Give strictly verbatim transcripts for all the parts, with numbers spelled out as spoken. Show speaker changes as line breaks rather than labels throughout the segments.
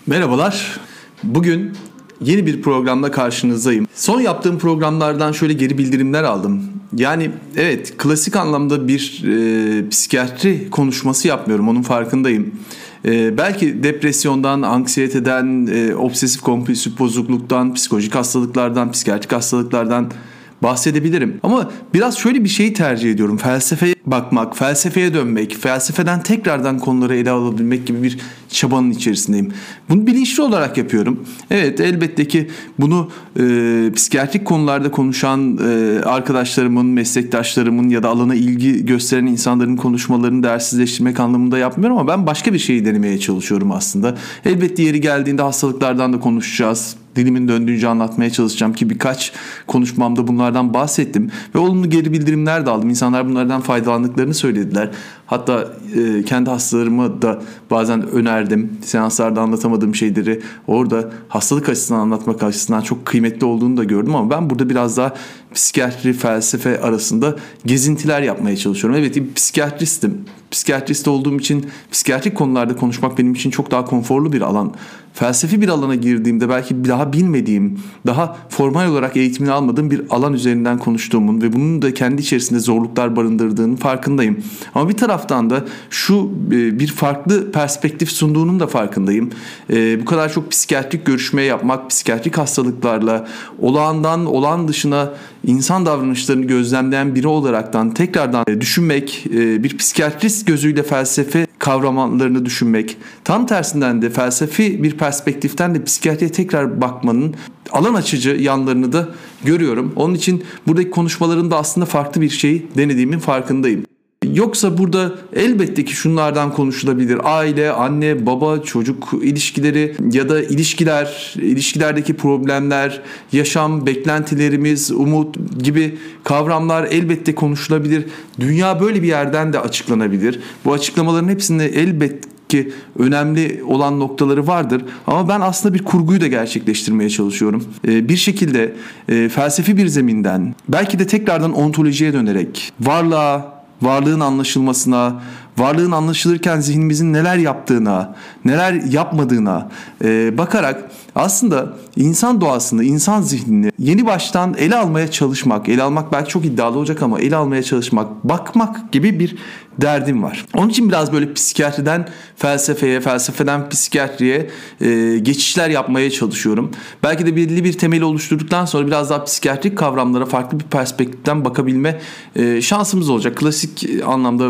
Merhabalar. Bugün yeni bir programda karşınızdayım. Son yaptığım programlardan şöyle geri bildirimler aldım. Yani evet, klasik anlamda bir e, psikiyatri konuşması yapmıyorum, onun farkındayım. E, belki depresyondan, anksiyeteden, e, obsesif kompulsif bozukluktan, psikolojik hastalıklardan, psikiyatrik hastalıklardan bahsedebilirim. Ama biraz şöyle bir şeyi tercih ediyorum. Felsefeye bakmak, felsefeye dönmek, felsefeden tekrardan konuları ele alabilmek gibi bir çabanın içerisindeyim. Bunu bilinçli olarak yapıyorum. Evet, elbette ki bunu e, psikiyatrik konularda konuşan e, arkadaşlarımın, meslektaşlarımın ya da alana ilgi gösteren insanların konuşmalarını değersizleştirmek anlamında yapmıyorum ama ben başka bir şeyi denemeye çalışıyorum aslında. Elbette yeri geldiğinde hastalıklardan da konuşacağız. Dilimin döndüğünce anlatmaya çalışacağım ki birkaç konuşmamda bunlardan bahsettim ve olumlu geri bildirimler de aldım. İnsanlar bunlardan faydalandıklarını söylediler. Hatta e, kendi hastalarıma da bazen önerdim. Seanslarda anlatamadığım şeyleri orada hastalık açısından anlatmak açısından çok kıymetli olduğunu da gördüm ama ben burada biraz daha psikiyatri, felsefe arasında gezintiler yapmaya çalışıyorum. Evet, bir psikiyatristim. Psikiyatrist olduğum için psikiyatrik konularda konuşmak benim için çok daha konforlu bir alan. Felsefi bir alana girdiğimde belki daha bilmediğim, daha formal olarak eğitimini almadığım bir alan üzerinden konuştuğumun ve bunun da kendi içerisinde zorluklar barındırdığının farkındayım. Ama bir taraftan da şu bir farklı perspektif sunduğunun da farkındayım. Bu kadar çok psikiyatrik görüşme yapmak, psikiyatrik hastalıklarla olağandan olağan dışına insan davranışlarını gözlemleyen biri olaraktan tekrardan düşünmek, bir psikiyatrist gözüyle felsefe kavramlarını düşünmek, tam tersinden de felsefi bir perspektiften de psikiyatriye tekrar bakmanın alan açıcı yanlarını da görüyorum. Onun için buradaki konuşmalarında aslında farklı bir şey denediğimin farkındayım. Yoksa burada elbette ki şunlardan konuşulabilir. Aile, anne, baba, çocuk ilişkileri ya da ilişkiler, ilişkilerdeki problemler, yaşam, beklentilerimiz, umut gibi kavramlar elbette konuşulabilir. Dünya böyle bir yerden de açıklanabilir. Bu açıklamaların hepsinde elbette ki önemli olan noktaları vardır. Ama ben aslında bir kurguyu da gerçekleştirmeye çalışıyorum. Ee, bir şekilde e, felsefi bir zeminden, belki de tekrardan ontolojiye dönerek, varlığa, varlığın anlaşılmasına, varlığın anlaşılırken zihnimizin neler yaptığına, neler yapmadığına e, bakarak aslında insan doğasını, insan zihnini yeni baştan ele almaya çalışmak, ele almak belki çok iddialı olacak ama ele almaya çalışmak, bakmak gibi bir derdim var. Onun için biraz böyle psikiyatriden felsefeye, felsefeden psikiyatriye e, geçişler yapmaya çalışıyorum. Belki de belirli bir temeli oluşturduktan sonra biraz daha psikiyatrik kavramlara farklı bir perspektiften bakabilme e, şansımız olacak. Klasik anlamda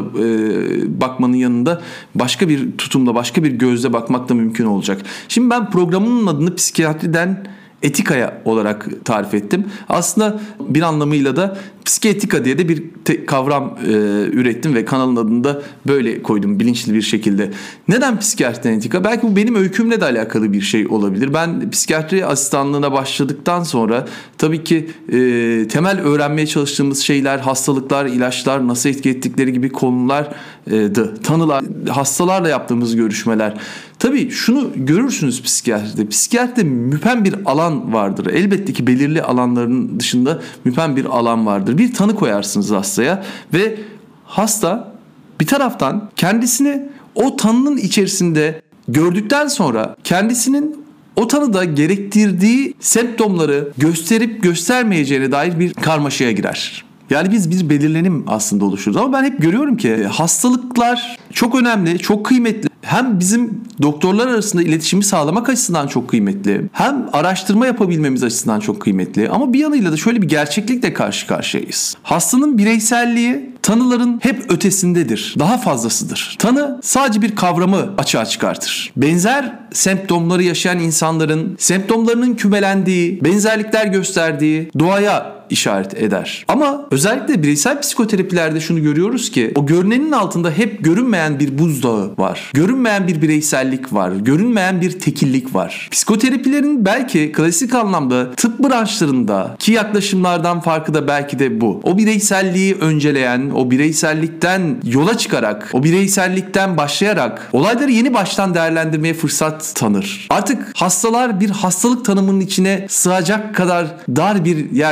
e, bakmanın yanında başka bir tutumla, başka bir gözle bakmak da mümkün olacak. Şimdi ben programın adını psikiyatriden etikaya olarak tarif ettim. Aslında bir anlamıyla da psiketika diye de bir te- kavram e, ürettim ve kanalın adını da böyle koydum bilinçli bir şekilde. Neden psikiyatriden etika? Belki bu benim öykümle de alakalı bir şey olabilir. Ben psikiyatri asistanlığına başladıktan sonra tabii ki e, temel öğrenmeye çalıştığımız şeyler, hastalıklar, ilaçlar, nasıl etki ettikleri gibi konulardı. Tanılar, hastalarla yaptığımız görüşmeler. Tabii şunu görürsünüz psikiyatride. Psikiyatride müphem bir alan vardır. Elbette ki belirli alanların dışında müphem bir alan vardır. Bir tanı koyarsınız hastaya ve hasta bir taraftan kendisini o tanının içerisinde gördükten sonra kendisinin o tanıda gerektirdiği semptomları gösterip göstermeyeceğine dair bir karmaşaya girer. Yani biz bir belirlenim aslında oluştururuz ama ben hep görüyorum ki hastalıklar çok önemli, çok kıymetli. Hem bizim doktorlar arasında iletişimi sağlamak açısından çok kıymetli, hem araştırma yapabilmemiz açısından çok kıymetli. Ama bir yanıyla da şöyle bir gerçeklikle karşı karşıyayız. Hastanın bireyselliği tanıların hep ötesindedir, daha fazlasıdır. Tanı sadece bir kavramı açığa çıkartır. Benzer semptomları yaşayan insanların semptomlarının kümelendiği, benzerlikler gösterdiği doğaya işaret eder. Ama özellikle bireysel psikoterapilerde şunu görüyoruz ki o görünenin altında hep görünmeyen bir buzdağı var. Görünmeyen bir bireysellik var. Görünmeyen bir tekillik var. Psikoterapilerin belki klasik anlamda tıp branşlarında ki yaklaşımlardan farkı da belki de bu. O bireyselliği önceleyen, o bireysellikten yola çıkarak, o bireysellikten başlayarak olayları yeni baştan değerlendirmeye fırsat tanır. Artık hastalar bir hastalık tanımının içine sığacak kadar dar bir yerde değil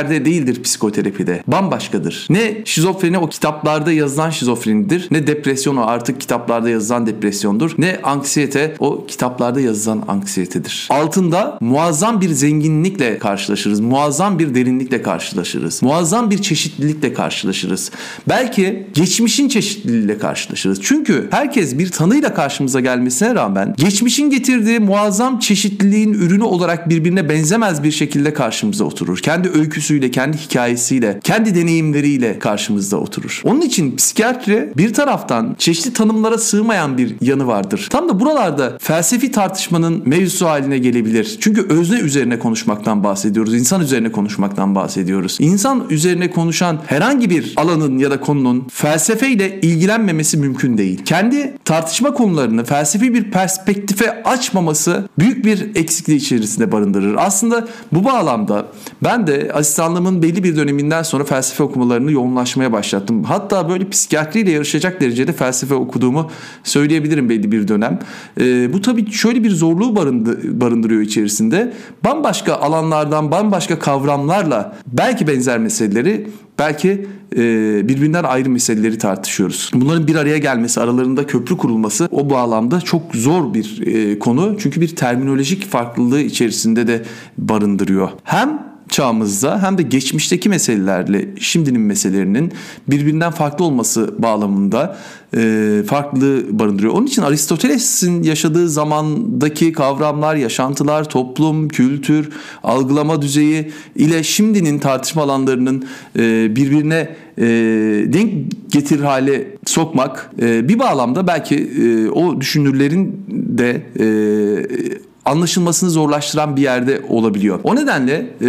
değildir psikoterapide. Bambaşkadır. Ne şizofreni o kitaplarda yazılan şizofrenidir, ne depresyon o artık kitaplarda yazılan depresyondur, ne anksiyete o kitaplarda yazılan anksiyetedir. Altında muazzam bir zenginlikle karşılaşırız. Muazzam bir derinlikle karşılaşırız. Muazzam bir çeşitlilikle karşılaşırız. Belki geçmişin çeşitliliğiyle karşılaşırız. Çünkü herkes bir tanıyla karşımıza gelmesine rağmen geçmişin getirdiği muazzam çeşitliliğin ürünü olarak birbirine benzemez bir şekilde karşımıza oturur. Kendi öyküsüyle, kendi hikayesiyle, kendi deneyimleriyle karşımızda oturur. Onun için psikiyatri bir taraftan çeşitli tanımlara sığmayan bir yanı vardır. Tam da buralarda felsefi tartışmanın mevzusu haline gelebilir. Çünkü özne üzerine konuşmaktan bahsediyoruz. İnsan üzerine konuşmaktan bahsediyoruz. İnsan üzerine konuşan herhangi bir alanın ya da konunun felsefeyle ilgilenmemesi mümkün değil. Kendi tartışma konularını felsefi bir perspektife açmaması büyük bir eksikliği içerisinde barındırır. Aslında bu bağlamda ben de asistanlığımın belli bir döneminden sonra felsefe okumalarını yoğunlaşmaya başlattım. Hatta böyle psikiyatriyle yarışacak derecede felsefe okuduğumu söyleyebilirim belli bir dönem. Ee, bu tabii şöyle bir zorluğu barındı, barındırıyor içerisinde. Bambaşka alanlardan, bambaşka kavramlarla belki benzer meseleleri, belki e, birbirinden ayrı meseleleri tartışıyoruz. Bunların bir araya gelmesi, aralarında köprü kurulması o bağlamda çok zor bir e, konu. Çünkü bir terminolojik farklılığı içerisinde de barındırıyor. Hem çağımızda hem de geçmişteki meselelerle şimdinin meselelerinin birbirinden farklı olması bağlamında e, farklılığı barındırıyor. Onun için Aristoteles'in yaşadığı zamandaki kavramlar, yaşantılar, toplum, kültür, algılama düzeyi ile şimdinin tartışma alanlarının e, birbirine e, denk getirir hale sokmak e, bir bağlamda belki e, o düşünürlerin de e, anlaşılmasını zorlaştıran bir yerde olabiliyor. O nedenle e,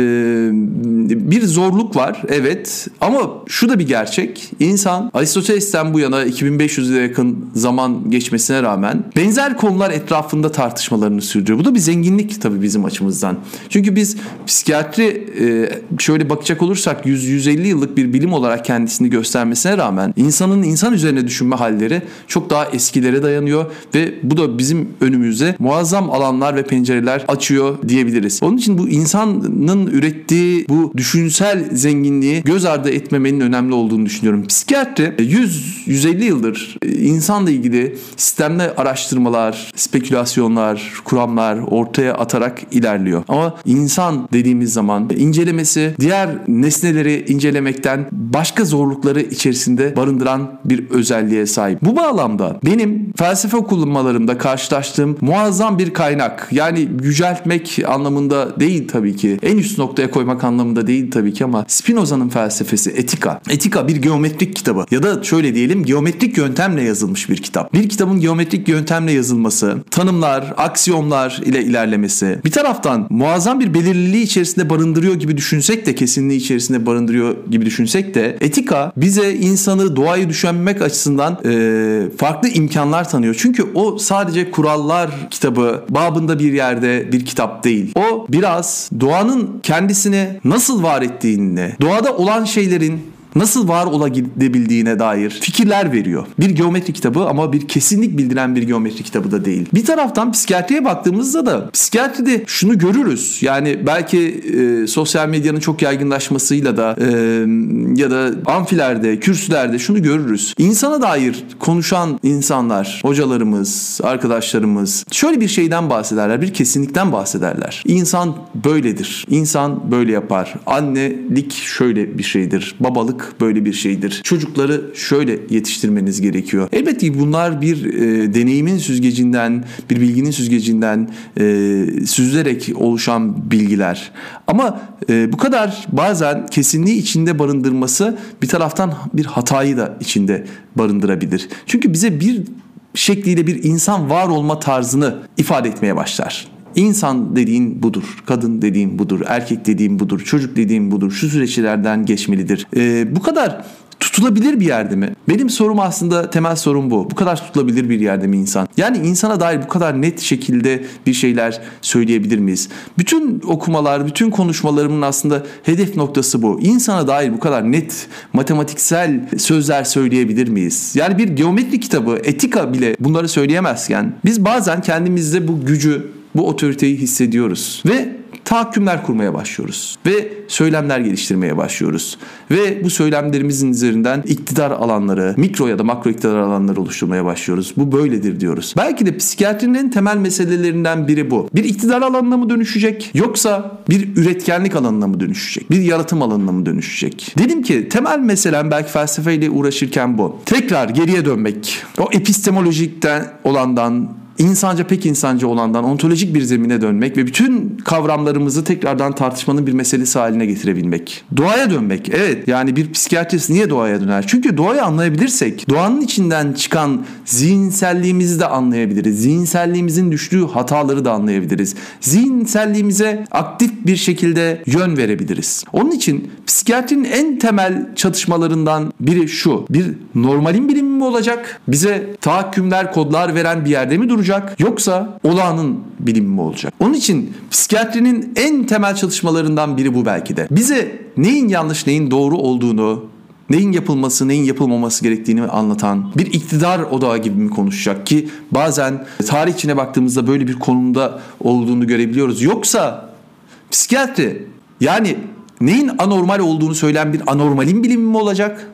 bir zorluk var, evet, ama şu da bir gerçek. İnsan Aristoteles'ten bu yana iki bin beş yüze yakın zaman geçmesine rağmen benzer konular etrafında tartışmalarını sürdürüyor. Bu da bir zenginlik tabii bizim açımızdan. Çünkü biz psikiyatri e, şöyle bakacak olursak yüz yüz elli yıllık bir bilim olarak kendisini göstermesine rağmen insanın insan üzerine düşünme halleri çok daha eskilere dayanıyor ve bu da bizim önümüzde muazzam alanlar ve pencereler açıyor diyebiliriz. Onun için bu insanın ürettiği bu düşünsel zenginliği göz ardı etmemenin önemli olduğunu düşünüyorum. Psikiyatri yüz yüz elli yıldır insanla ilgili sistemli araştırmalar, spekülasyonlar, kuramlar ortaya atarak ilerliyor. Ama insan dediğimiz zaman incelemesi diğer nesneleri incelemekten başka zorlukları içerisinde barındıran bir özelliğe sahip. Bu bağlamda benim felsefe okumalarımda karşılaştığım muazzam bir kaynak, yani yüceltmek anlamında değil tabii ki, en üst noktaya koymak anlamında değil tabii ki, ama Spinoza'nın felsefesi Etika. Etika bir geometrik kitabı ya da şöyle diyelim, geometrik yöntemle yazılmış bir kitap. Bir kitabın geometrik yöntemle yazılması, tanımlar, aksiyomlar ile ilerlemesi bir taraftan muazzam bir belirliliği içerisinde barındırıyor gibi düşünsek de, kesinliği içerisinde barındırıyor gibi düşünsek de, Etika bize insanı, doğayı düşünmek açısından e, farklı imkanlar tanıyor. Çünkü o sadece kurallar kitabı babında bir yerde bir kitap değil. O biraz doğanın kendisini nasıl var ettiğini, doğada olan şeylerin nasıl var olabildiğine dair fikirler veriyor. Bir geometri kitabı ama bir kesinlik bildiren bir geometri kitabı da değil. Bir taraftan psikiyatriye baktığımızda da psikiyatride şunu görürüz. Yani belki e, sosyal medyanın çok yaygınlaşmasıyla da e, ya da amfilerde, kürsülerde şunu görürüz. İnsana dair konuşan insanlar, hocalarımız, arkadaşlarımız şöyle bir şeyden bahsederler, bir kesinlikten bahsederler. İnsan böyledir. İnsan böyle yapar. Annelik şöyle bir şeydir. Babalık böyle bir şeydir. Çocukları şöyle yetiştirmeniz gerekiyor. Elbette ki bunlar bir e, deneyimin süzgecinden, bir bilginin süzgecinden e, süzülerek oluşan bilgiler. Ama e, bu kadar bazen kesinliği içinde barındırması bir taraftan bir hatayı da içinde barındırabilir. Çünkü bize bir şekliyle bir insan var olma tarzını ifade etmeye başlar. İnsan dediğin budur, kadın dediğin budur, erkek dediğin budur, çocuk dediğin budur, şu süreçlerden geçmelidir. Ee, bu kadar tutulabilir bir yerde mi? Benim sorum aslında, temel sorum bu. Bu kadar tutulabilir bir yerde mi insan? Yani insana dair bu kadar net şekilde bir şeyler söyleyebilir miyiz? Bütün okumalar, bütün konuşmalarımın aslında hedef noktası bu. İnsana dair bu kadar net matematiksel sözler söyleyebilir miyiz? Yani bir geometri kitabı, Etika bile bunları söyleyemezken biz bazen kendimizde bu gücü, bu otoriteyi hissediyoruz ve tahakkümler kurmaya başlıyoruz ve söylemler geliştirmeye başlıyoruz. Ve bu söylemlerimizin üzerinden iktidar alanları, mikro ya da makro iktidar alanları oluşturmaya başlıyoruz. Bu böyledir diyoruz. Belki de psikiyatrinin en temel meselelerinden biri bu. Bir iktidar alanına mı dönüşecek yoksa bir üretkenlik alanına mı dönüşecek? Bir yaratım alanına mı dönüşecek? Dedim ki temel meselem belki felsefeyle uğraşırken bu. Tekrar geriye dönmek. O epistemolojikten olandan, insanca pek insanca olandan ontolojik bir zemine dönmek ve bütün kavramlarımızı tekrardan tartışmanın bir meselesi haline getirebilmek. Doğaya dönmek. Evet, yani bir psikiyatrist niye doğaya döner? Çünkü doğayı anlayabilirsek doğanın içinden çıkan zihinselliğimizi de anlayabiliriz. Zihinselliğimizin düştüğü hataları da anlayabiliriz. Zihinselliğimize aktif bir şekilde yön verebiliriz. Onun için psikiyatrinin en temel çatışmalarından biri şu. Bir normalin bilimi mi olacak? Bize tahakkümler, kodlar veren bir yerde mi duracak? Yoksa olağanın bilimi mi olacak? Onun için psikiyatrinin en temel çalışmalarından biri bu belki de. Bize neyin yanlış, neyin doğru olduğunu, neyin yapılması, neyin yapılmaması gerektiğini anlatan bir iktidar odağı gibi mi konuşacak ki bazen tarih içine baktığımızda böyle bir konumda olduğunu görebiliyoruz. Yoksa psikiyatri yani neyin anormal olduğunu söyleyen bir anormalin bilimi mi olacak?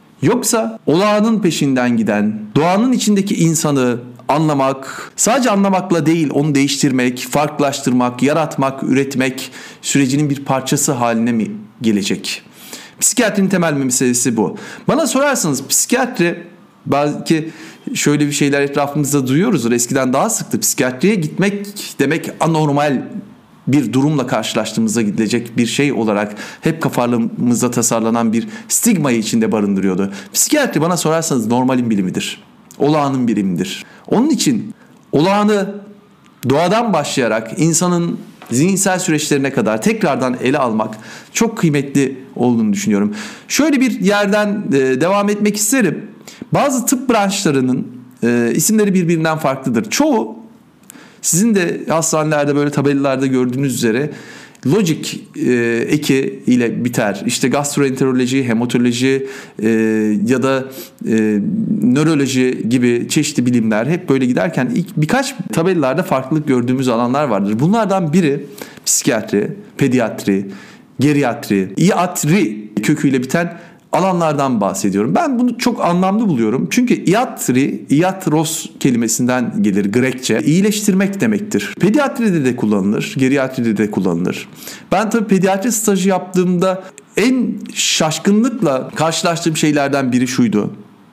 Yoksa olağanın peşinden giden, doğanın içindeki insanı anlamak, sadece anlamakla değil onu değiştirmek, farklılaştırmak, yaratmak, üretmek sürecinin bir parçası haline mi gelecek? Psikiyatrinin temel meselesi bu. Bana sorarsanız psikiyatri, belki şöyle bir şeyler etrafımızda duyuyoruzdur. Eskiden daha sıktı. Psikiyatriye gitmek demek anormal bir durumla karşılaştığımızda gidilecek bir şey olarak hep kafalarımızda tasarlanan bir stigmayı içinde barındırıyordu. Psikiyatri bana sorarsanız normalin bilimidir. Olağanın bilimidir. Onun için olağanı doğadan başlayarak insanın zihinsel süreçlerine kadar tekrardan ele almak çok kıymetli olduğunu düşünüyorum. Şöyle bir yerden e, devam etmek isterim. Bazı tıp branşlarının e, isimleri birbirinden farklıdır. Çoğu sizin de hastanelerde böyle tabelalarda gördüğünüz üzere Logic e, eki ile biter. İşte gastroenteroloji, hematoloji e, ya da e, nöroloji gibi çeşitli bilimler hep böyle giderken ilk birkaç tabelalarda farklılık gördüğümüz alanlar vardır. Bunlardan biri psikiyatri, pediatri, geriatri, iatri köküyle biten alanlardan bahsediyorum. Ben bunu çok anlamlı buluyorum. Çünkü iatri, iatros kelimesinden gelir Grekçe. İyileştirmek demektir. Pediatride de kullanılır, geriatride de kullanılır. Ben tabii pediatri stajı yaptığımda en şaşkınlıkla karşılaştığım şeylerden biri şuydu.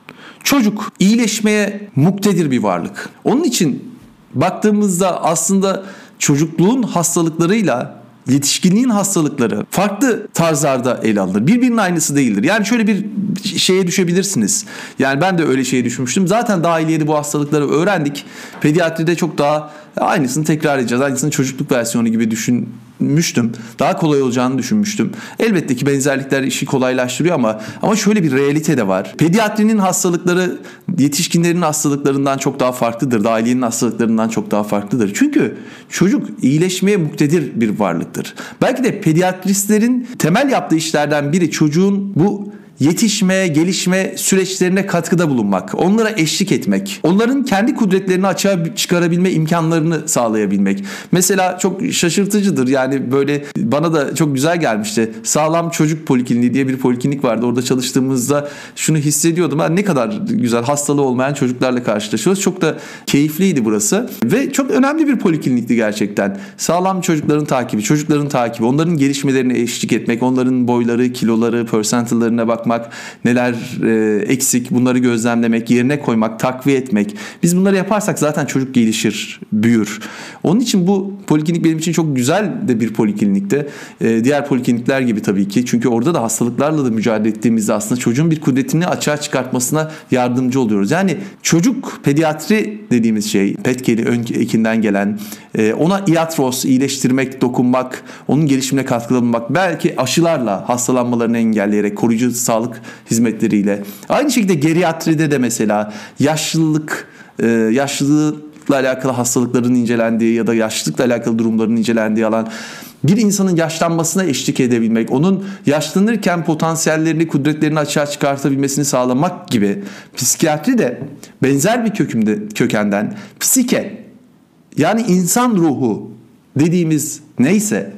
Çocuk iyileşmeye muktedir bir varlık. Onun için baktığımızda aslında çocukluğun hastalıklarıyla yetişkinliğin hastalıkları farklı tarzlarda ele alınır. Birbirinin aynısı değildir. Yani şöyle bir şeye düşebilirsiniz. Yani ben de öyle şeye düşmüştüm. Zaten daha ileri bu hastalıkları öğrendik. Pediatride çok daha aynısını tekrar edeceğiz. Aynısını çocukluk versiyonu gibi düşünmüştüm. Daha kolay olacağını düşünmüştüm. Elbette ki benzerlikler işi kolaylaştırıyor ama ama şöyle bir realite de var. Pediatrinin hastalıkları yetişkinlerin hastalıklarından çok daha farklıdır. Dahiliyenin hastalıklarından çok daha farklıdır. Çünkü çocuk iyileşmeye muktedir bir varlıktır. Belki de pediatristlerin temel yaptığı işlerden biri çocuğun bu yetişme, gelişme süreçlerine katkıda bulunmak, onlara eşlik etmek, onların kendi kudretlerini açığa çıkarabilme imkanlarını sağlayabilmek. Mesela çok şaşırtıcıdır, yani böyle bana da çok güzel gelmişti. Sağlam Çocuk Polikliniği diye bir poliklinik vardı. Orada çalıştığımızda şunu hissediyordum. Ha, ne kadar güzel, hastalığı olmayan çocuklarla karşılaşıyoruz. Çok da keyifliydi burası ve çok önemli bir poliklinikti gerçekten. Sağlam çocukların takibi, çocukların takibi, onların gelişmelerine eşlik etmek, onların boyları, kiloları, percentile'larına bak, neler e, eksik, bunları gözlemlemek, yerine koymak, takviye etmek. Biz bunları yaparsak zaten çocuk gelişir, büyür. Onun için bu poliklinik benim için çok güzel de bir poliklinikti. E, diğer poliklinikler gibi tabii ki. Çünkü orada da hastalıklarla da mücadele ettiğimizde aslında çocuğun bir kudretini açığa çıkartmasına yardımcı oluyoruz. Yani çocuk pediatri dediğimiz şey, petkeli ön ekinden gelen, e, ona iatros, iyileştirmek, dokunmak, onun gelişimine katkıda bulunmak, belki aşılarla hastalanmalarını engelleyerek, koruyucu sağlık hizmetleriyle. Aynı şekilde geriatride de mesela yaşlılık, e, yaşlılıkla alakalı hastalıkların incelendiği ya da yaşlılıkla alakalı durumların incelendiği alan, bir insanın yaşlanmasına eşlik edebilmek, onun yaşlanırken potansiyellerini, kudretlerini açığa çıkartabilmesini sağlamak gibi. Psikiyatri de benzer bir kökümde, kökenden psike, yani insan ruhu dediğimiz neyse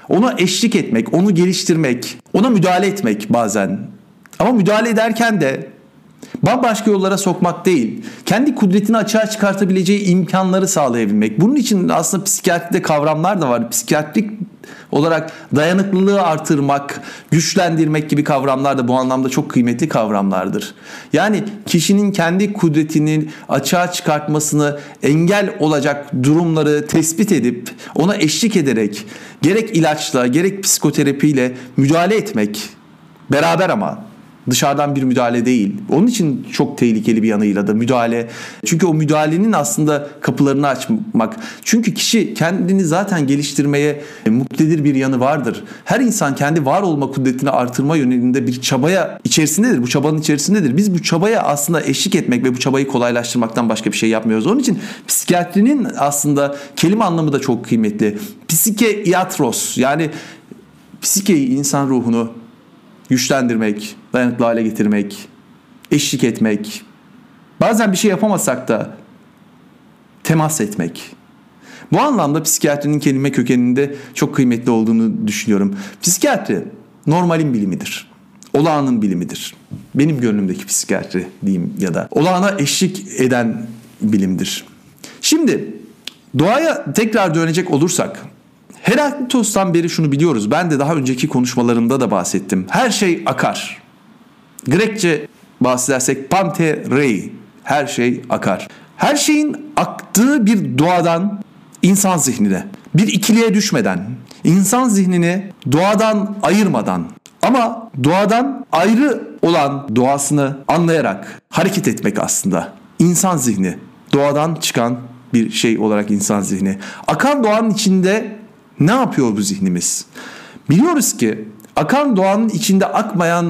ona eşlik etmek, onu geliştirmek, ona müdahale etmek bazen. Ama müdahale ederken de bambaşka yollara sokmak değil, kendi kudretini açığa çıkartabileceği imkanları sağlayabilmek. Bunun için aslında psikiyatride kavramlar da var. Psikiyatrik olarak dayanıklılığı artırmak, güçlendirmek gibi kavramlar da bu anlamda çok kıymetli kavramlardır. Yani kişinin kendi kudretini açığa çıkartmasını engel olacak durumları tespit edip ona eşlik ederek gerek ilaçla gerek psikoterapiyle müdahale etmek, beraber ama dışarıdan bir müdahale değil. Onun için çok tehlikeli bir yanıyla da müdahale. Çünkü o müdahalenin aslında kapılarını açmak. Çünkü kişi kendini zaten geliştirmeye muktedir bir yanı vardır. Her insan kendi var olma kudretini artırma yönelinde bir çabaya içerisindedir. Bu çabanın içerisindedir. Biz bu çabaya aslında eşlik etmek ve bu çabayı kolaylaştırmaktan başka bir şey yapmıyoruz. Onun için psikiyatrinin aslında kelime anlamı da çok kıymetli. Psikeiatros, yani psikeyi, insan ruhunu güçlendirmek, dayanıklı hale getirmek, eşlik etmek, bazen bir şey yapamasak da temas etmek. Bu anlamda psikiyatrinin kelime kökeninde çok kıymetli olduğunu düşünüyorum. Psikiyatri normalin bilimidir. Olağanın bilimidir. Benim gönlümdeki psikiyatri diyeyim ya da olağana eşlik eden bilimdir. Şimdi doğaya tekrar dönecek olursak, Heraklitos'tan beri şunu biliyoruz. Ben de daha önceki konuşmalarımda da bahsettim. Her şey akar. Grekçe bahsedersek panterei, her şey akar. Her şeyin aktığı bir doğadan insan zihnine, bir ikiliye düşmeden, insan zihnini doğadan ayırmadan ama doğadan ayrı olan doğasını anlayarak hareket etmek aslında. İnsan zihni, doğadan çıkan bir şey olarak insan zihni. Akan doğanın içinde ne yapıyor bu zihnimiz? Biliyoruz ki akan doğanın içinde akmayan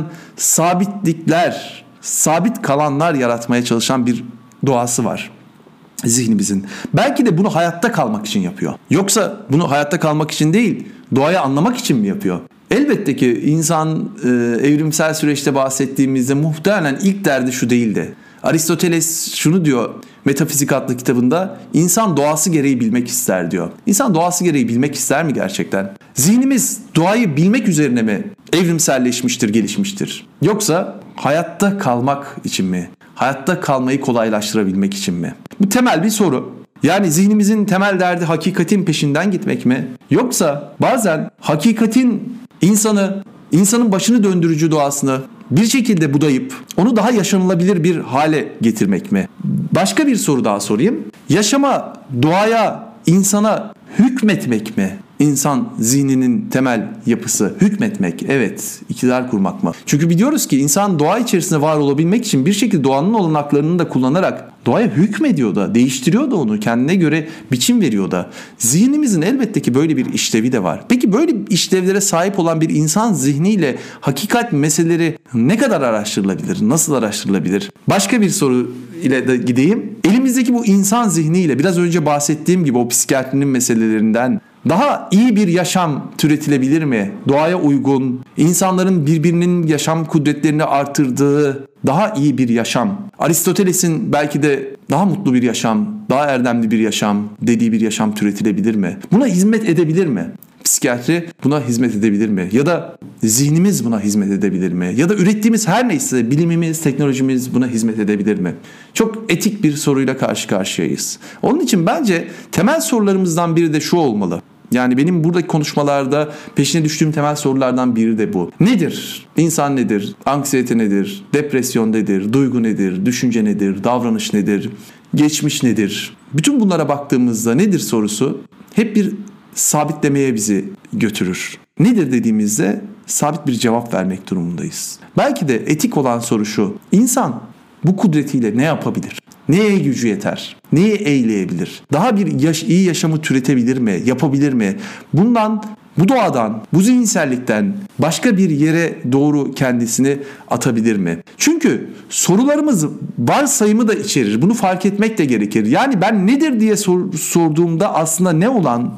sabitlikler, sabit kalanlar yaratmaya çalışan bir doğası var zihnimizin. Belki de bunu hayatta kalmak için yapıyor. Yoksa bunu hayatta kalmak için değil, doğayı anlamak için mi yapıyor? Elbette ki insan e, evrimsel süreçte bahsettiğimizde muhtemelen ilk derdi şu değildi. Aristoteles şunu diyor Metafizik adlı kitabında, insan doğası gereği bilmek ister diyor. İnsan doğası gereği bilmek ister mi gerçekten? Zihnimiz doğayı bilmek üzerine mi evrimselleşmiştir, gelişmiştir? Yoksa hayatta kalmak için mi? Hayatta kalmayı kolaylaştırabilmek için mi? Bu temel bir soru. Yani zihnimizin temel derdi hakikatin peşinden gitmek mi? Yoksa bazen hakikatin insanı, insanın başını döndürücü doğasını bir şekilde budayıp onu daha yaşanılabilir bir hale getirmek mi? Başka bir soru daha sorayım. Yaşama, doğaya, insana hükmetmek mi? İnsan zihninin temel yapısı hükmetmek, evet, iktidar kurmak mı? Çünkü biliyoruz ki insan doğa içerisinde var olabilmek için bir şekilde doğanın olanaklarını da kullanarak doğaya hükmediyor da, değiştiriyor da onu, kendine göre biçim veriyor da. Zihnimizin elbette ki böyle bir işlevi de var. Peki böyle işlevlere sahip olan bir insan zihniyle hakikat meseleleri ne kadar araştırılabilir, nasıl araştırılabilir? Başka bir soru ile de gideyim. Elimizdeki bu insan zihniyle biraz önce bahsettiğim gibi o psikiyatrinin meselelerinden daha iyi bir yaşam türetilebilir mi? Doğaya uygun, insanların birbirinin yaşam kudretlerini artırdığı daha iyi bir yaşam. Aristoteles'in belki de daha mutlu bir yaşam, daha erdemli bir yaşam dediği bir yaşam türetilebilir mi? Buna hizmet edebilir mi? Psikiyatri buna hizmet edebilir mi? Ya da zihnimiz buna hizmet edebilir mi? Ya da ürettiğimiz her neyse, bilimimiz, teknolojimiz buna hizmet edebilir mi? Çok etik bir soruyla karşı karşıyayız. Onun için bence temel sorularımızdan biri de şu olmalı. Yani benim buradaki konuşmalarda peşine düştüğüm temel sorulardan biri de bu. Nedir? İnsan nedir? Anksiyete nedir? Depresyon nedir? Duygu nedir? Düşünce nedir? Davranış nedir? Geçmiş nedir? Bütün bunlara baktığımızda nedir sorusu hep bir sabitlemeye bizi götürür. Nedir dediğimizde sabit bir cevap vermek durumundayız. Belki de etik olan soru şu: İnsan bu kudretiyle ne yapabilir? Neye gücü yeter? Neyi eyleyebilir? Daha bir yaş- iyi yaşamı türetebilir mi? Yapabilir mi? Bundan, bu doğadan, bu zihinsellikten başka bir yere doğru kendisini atabilir mi? Çünkü sorularımız varsayımı da içerir. Bunu fark etmek de gerekir. Yani ben nedir diye sor- sorduğumda aslında ne olan,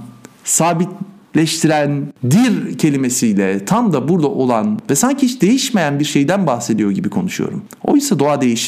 sabitleştiren dir kelimesiyle tam da burada olan ve sanki hiç değişmeyen bir şeyden bahsediyor gibi konuşuyorum. Oysa doğa değişir.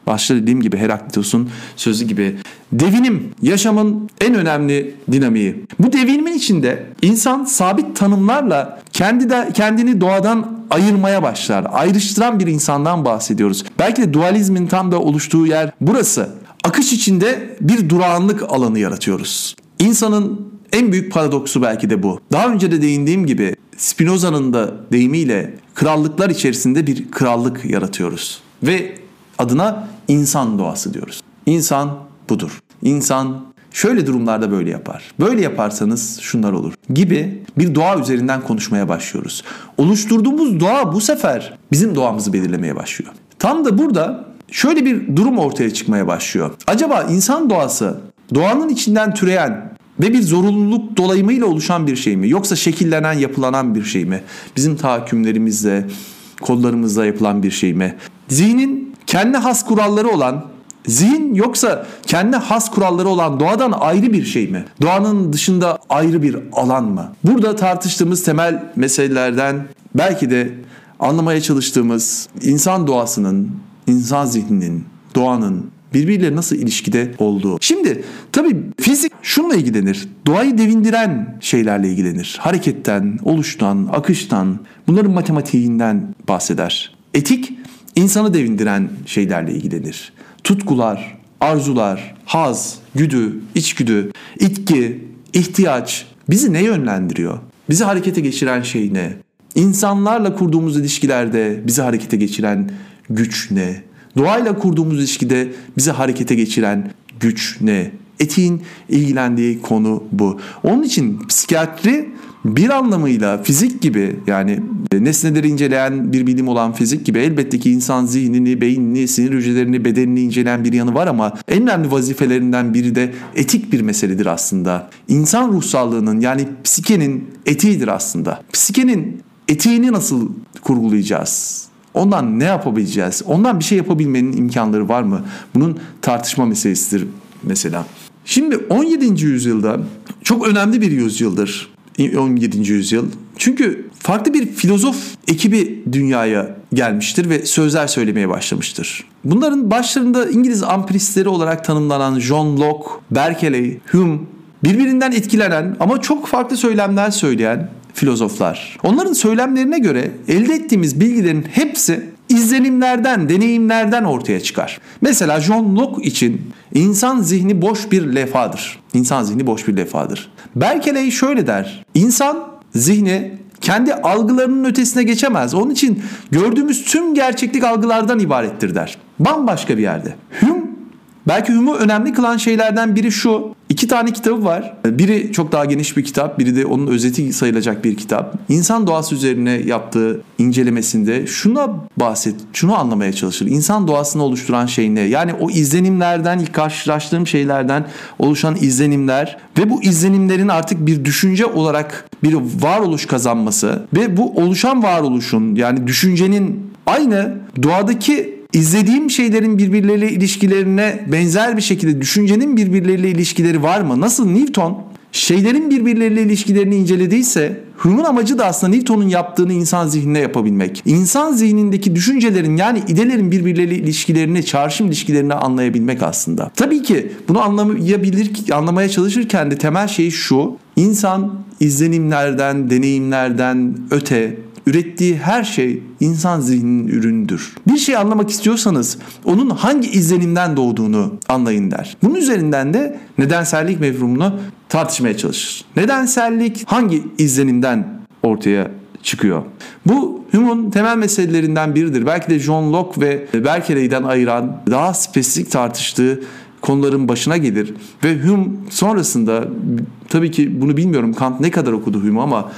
Başta dediğim gibi Heraklitos'un sözü gibi devinim yaşamın en önemli dinamiği. Bu devinimin içinde insan sabit tanımlarla kendi de, kendini doğadan ayırmaya başlar. Ayrıştıran bir insandan bahsediyoruz. Belki de dualizmin tam da oluştuğu yer burası. Akış içinde bir durağanlık alanı yaratıyoruz. İnsanın en büyük paradoksu belki de bu. Daha önce de değindiğim gibi Spinoza'nın da deyimiyle krallıklar içerisinde bir krallık yaratıyoruz. Ve adına insan doğası diyoruz. İnsan budur. İnsan şöyle durumlarda böyle yapar. Böyle yaparsanız şunlar olur gibi bir doğa üzerinden konuşmaya başlıyoruz. Oluşturduğumuz doğa bu sefer bizim doğamızı belirlemeye başlıyor. Tam da burada şöyle bir durum ortaya çıkmaya başlıyor. Acaba insan doğası doğanın içinden türeyen ve bir zorunluluk dolayımıyla oluşan bir şey mi? Yoksa şekillenen, yapılanan bir şey mi? Bizim tahakkümlerimizle, kodlarımızla yapılan bir şey mi? Zihnin kendi has kuralları olan, zihin yoksa kendi has kuralları olan doğadan ayrı bir şey mi? Doğanın dışında ayrı bir alan mı? Burada tartıştığımız temel meselelerden belki de anlamaya çalıştığımız insan doğasının, insan zihninin, doğanın birbiriyle nasıl ilişkide olduğu. Şimdi tabii fizik şununla ilgilenir. Doğayı devindiren şeylerle ilgilenir. Hareketten, oluştan, akıştan, bunların matematiğinden bahseder. Etik insanı devindiren şeylerle ilgilenir. Tutkular, arzular, haz, güdü, içgüdü, itki, ihtiyaç bizi ne yönlendiriyor? Bizi harekete geçiren şey ne? İnsanlarla kurduğumuz ilişkilerde bizi harekete geçiren güç ne? Doğayla kurduğumuz ilişkide bizi harekete geçiren güç ne? Etiğin ilgilendiği konu bu. Onun için psikiyatri bir anlamıyla fizik gibi, yani nesneleri inceleyen bir bilim olan fizik gibi elbette ki insan zihnini, beynini, sinir hücrelerini, bedenini inceleyen bir yanı var ama en önemli vazifelerinden biri de etik bir meseledir aslında. İnsan ruhsallığının, yani psikenin etiğidir aslında. Psikenin etiğini nasıl kurgulayacağız? Ondan ne yapabileceğiz? Ondan bir şey yapabilmenin imkanları var mı? Bunun tartışma meselesidir mesela. Şimdi on yedinci yüzyılda çok önemli bir yüzyıldır. on yedinci yüzyıl. Çünkü farklı bir filozof ekibi dünyaya gelmiştir ve sözler söylemeye başlamıştır. Bunların başlarında İngiliz ampiristleri olarak tanımlanan John Locke, Berkeley, Hume, birbirinden etkilenen ama çok farklı söylemler söyleyen filozoflar. Onların söylemlerine göre elde ettiğimiz bilgilerin hepsi izlenimlerden, deneyimlerden ortaya çıkar. Mesela John Locke için insan zihni boş bir levhadır. İnsan zihni boş bir levhadır. Berkeley şöyle der: İnsan zihni kendi algılarının ötesine geçemez. Onun için gördüğümüz tüm gerçeklik algılardan ibarettir der. Bambaşka bir yerde. Hume, belki Hume'u önemli kılan şeylerden biri şu: İki tane kitabı var. Biri çok daha geniş bir kitap, biri de onun özeti sayılacak bir kitap. İnsan doğası üzerine yaptığı incelemesinde şuna bahset, şunu anlamaya çalışır. İnsan doğasını oluşturan şey ne? Yani o izlenimlerden, ilk karşılaştığım şeylerden oluşan izlenimler ve bu izlenimlerin artık bir düşünce olarak bir varoluş kazanması ve bu oluşan varoluşun, yani düşüncenin aynı doğadaki İzlediğim şeylerin birbirleriyle ilişkilerine benzer bir şekilde düşüncenin birbirleriyle ilişkileri var mı? Nasıl Newton şeylerin birbirleriyle ilişkilerini incelediyse, Hume'un amacı da aslında Newton'un yaptığını insan zihnine yapabilmek. İnsan zihnindeki düşüncelerin, yani idelerin birbirleriyle ilişkilerini, çağrışım ilişkilerini anlayabilmek aslında. Tabii ki bunu anlayabilir, anlamaya çalışırken de temel şey şu: İnsan izlenimlerden, deneyimlerden öte ürettiği her şey insan zihninin ürünüdür. Bir şey anlamak istiyorsanız onun hangi izlenimden doğduğunu anlayın der. Bunun üzerinden de nedensellik mefhumunu tartışmaya çalışır. Nedensellik hangi izlenimden ortaya çıkıyor? Bu Hume'un temel meselelerinden biridir. Belki de John Locke ve Berkeley'den ayıran, daha spesifik tartıştığı konuların başına gelir. Ve Hume sonrasında, tabii ki bunu bilmiyorum Kant ne kadar okudu Hume, ama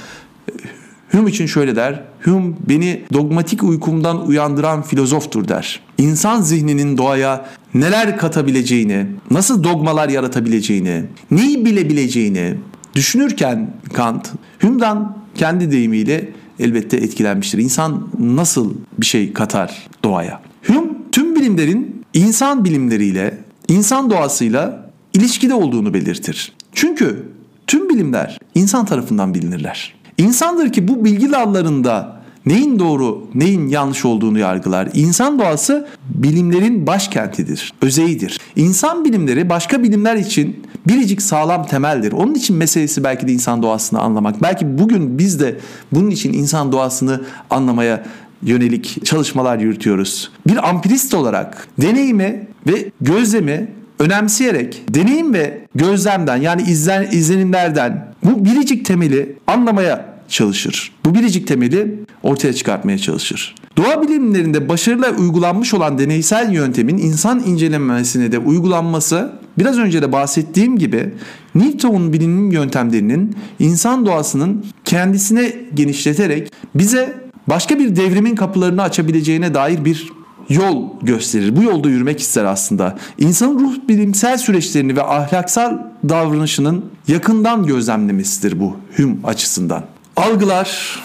Hume için şöyle der: Hume beni dogmatik uykumdan uyandıran filozoftur der. İnsan zihninin doğaya neler katabileceğini, nasıl dogmalar yaratabileceğini, neyi bilebileceğini düşünürken Kant, Hume'dan kendi deyimiyle elbette etkilenmiştir. İnsan nasıl bir şey katar doğaya? Hume tüm bilimlerin insan bilimleriyle, insan doğasıyla ilişkide olduğunu belirtir. Çünkü tüm bilimler insan tarafından bilinirler. İnsandır ki bu bilgi dallarında neyin doğru, neyin yanlış olduğunu yargılar. İnsan doğası bilimlerin başkentidir, özeyidir. İnsan bilimleri başka bilimler için biricik sağlam temeldir. Onun için meselesi belki de insan doğasını anlamak. Belki bugün biz de bunun için insan doğasını anlamaya yönelik çalışmalar yürütüyoruz. Bir ampirist olarak deneyimi ve gözlemi önemseyerek deneyim ve gözlemden yani izlen, izlenimlerden bu biricik temeli anlamaya çalışır. Bu biricik temeli ortaya çıkartmaya çalışır. Doğa bilimlerinde başarıyla uygulanmış olan deneysel yöntemin insan incelemesine de uygulanması, biraz önce de bahsettiğim gibi Newton'un bilim yöntemlerinin insan doğasının kendisine genişleterek bize başka bir devrimin kapılarını açabileceğine dair bir yol gösterir. Bu yolda yürümek ister aslında. İnsanın ruh bilimsel süreçlerini ve ahlaksal davranışının yakından gözlemlemesidir bu Hume açısından. Algılar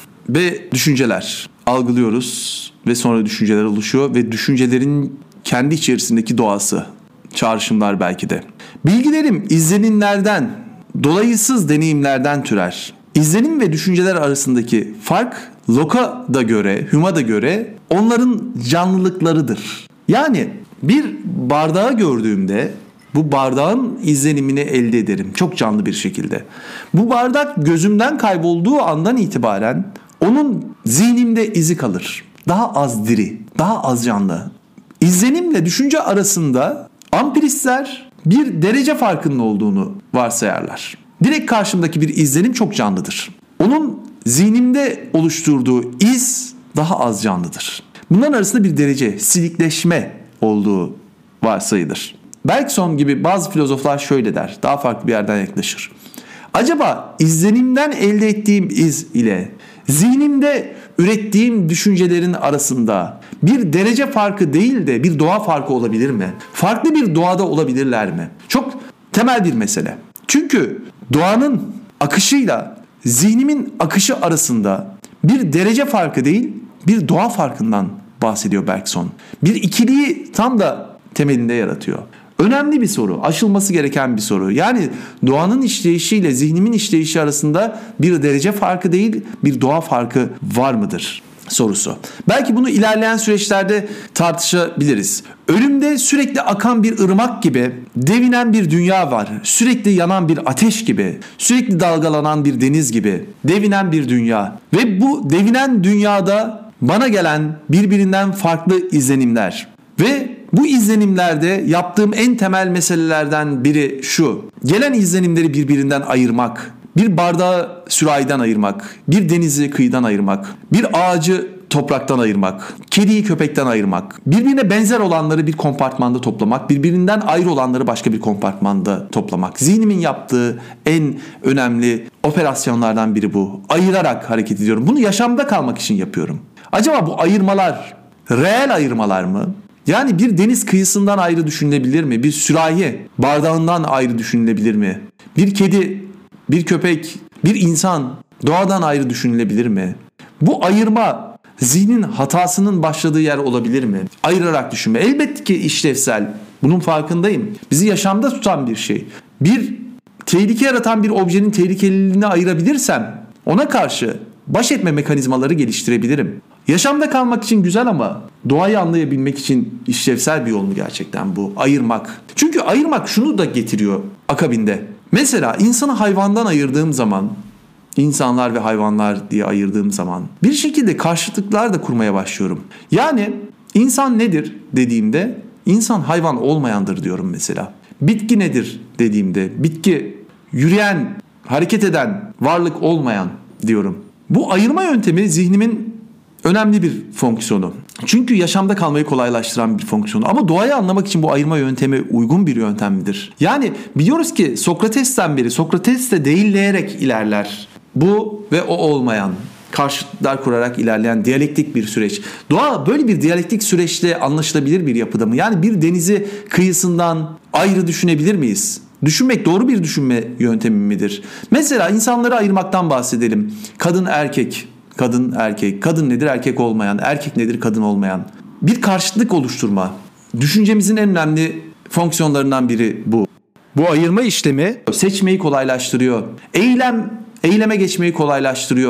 ve düşünceler. Algılıyoruz ve sonra düşünceler oluşuyor ve düşüncelerin kendi içerisindeki doğası. Çağrışımlar belki de. Bilgilerim izlenimlerden, dolayısız deneyimlerden türer. İzlenim ve düşünceler arasındaki fark Locke'a da göre, Hume'a da göre onların canlılıklarıdır. Yani bir bardağı gördüğümde bu bardağın izlenimini elde ederim çok canlı bir şekilde. Bu bardak gözümden kaybolduğu andan itibaren onun zihnimde izi kalır. Daha az diri, daha az canlı. İzlenimle düşünce arasında ampiristler bir derece farkının olduğunu varsayarlar. Direkt karşımdaki bir izlenim çok canlıdır. Onun zihnimde oluşturduğu iz daha az canlıdır. Bunların arasında bir derece, silikleşme olduğu varsayılır. Bergson gibi bazı filozoflar şöyle der, daha farklı bir yerden yaklaşır. Acaba izlenimden elde ettiğim iz ile zihnimde ürettiğim düşüncelerin arasında bir derece farkı değil de bir doğa farkı olabilir mi? Farklı bir doğada olabilirler mi? Çok temel bir mesele. Çünkü doğanın akışıyla zihnimin akışı arasında bir derece farkı değil, bir doğa farkından bahsediyor Bergson. Bir ikiliyi tam da temelinde yaratıyor. Önemli bir soru, aşılması gereken bir soru. Yani doğanın işleyişiyle zihnimin işleyişi arasında bir derece farkı değil, bir doğa farkı var mıdır sorusu. Belki bunu ilerleyen süreçlerde tartışabiliriz. Ölümde sürekli akan bir ırmak gibi devinen bir dünya var. Sürekli yanan bir ateş gibi, sürekli dalgalanan bir deniz gibi devinen bir dünya. Ve bu devinen dünyada bana gelen birbirinden farklı izlenimler. Ve bu izlenimlerde yaptığım en temel meselelerden biri şu. Gelen izlenimleri birbirinden ayırmak. Bir bardağı sürahiden ayırmak, bir denizi kıyıdan ayırmak, bir ağacı topraktan ayırmak, kediyi köpekten ayırmak, birbirine benzer olanları bir kompartmanda toplamak, birbirinden ayrı olanları başka bir kompartmanda toplamak. Zihnimin yaptığı en önemli operasyonlardan biri bu. Ayırarak hareket ediyorum. Bunu yaşamda kalmak için yapıyorum. Acaba bu ayırmalar reel ayırmalar mı? Yani bir deniz kıyısından ayrı düşünülebilir mi? Bir sürahi bardağından ayrı düşünülebilir mi? Bir kedi, bir köpek, bir insan doğadan ayrı düşünülebilir mi? Bu ayırma zihnin hatasının başladığı yer olabilir mi? Ayırarak düşünme. Elbette ki işlevsel. Bunun farkındayım. Bizi yaşamda tutan bir şey. Bir tehlike yaratan bir objenin tehlikeliliğini ayırabilirsem ona karşı baş etme mekanizmaları geliştirebilirim. Yaşamda kalmak için güzel ama doğayı anlayabilmek için işlevsel bir yol mu gerçekten bu? Ayırmak. Çünkü ayırmak şunu da getiriyor akabinde. Mesela insanı hayvandan ayırdığım zaman, insanlar ve hayvanlar diye ayırdığım zaman bir şekilde karşıtlıklar da kurmaya başlıyorum. Yani insan nedir dediğimde insan hayvan olmayandır diyorum mesela. Bitki nedir dediğimde bitki yürüyen, hareket eden, varlık olmayan diyorum. Bu ayırma yöntemi zihnimin önemli bir fonksiyonu. Çünkü yaşamda kalmayı kolaylaştıran bir fonksiyonu. Ama doğayı anlamak için bu ayırma yöntemi uygun bir yöntem midir? Yani biliyoruz ki Sokrates'ten beri, Sokrates de değilleyerek ilerler. Bu ve o olmayan, karşıtlar kurarak ilerleyen diyalektik bir süreç. Doğa böyle bir diyalektik süreçte anlaşılabilir bir yapıda mı? Yani bir denizi kıyısından ayrı düşünebilir miyiz? Düşünmek doğru bir düşünme yöntemi midir? Mesela insanları ayırmaktan bahsedelim. Kadın erkek, kadın erkek, kadın nedir erkek olmayan, erkek nedir kadın olmayan. Bir karşıtlık oluşturma. Düşüncemizin en önemli fonksiyonlarından biri bu. Bu ayırma işlemi seçmeyi kolaylaştırıyor. Eylem, eyleme geçmeyi kolaylaştırıyor.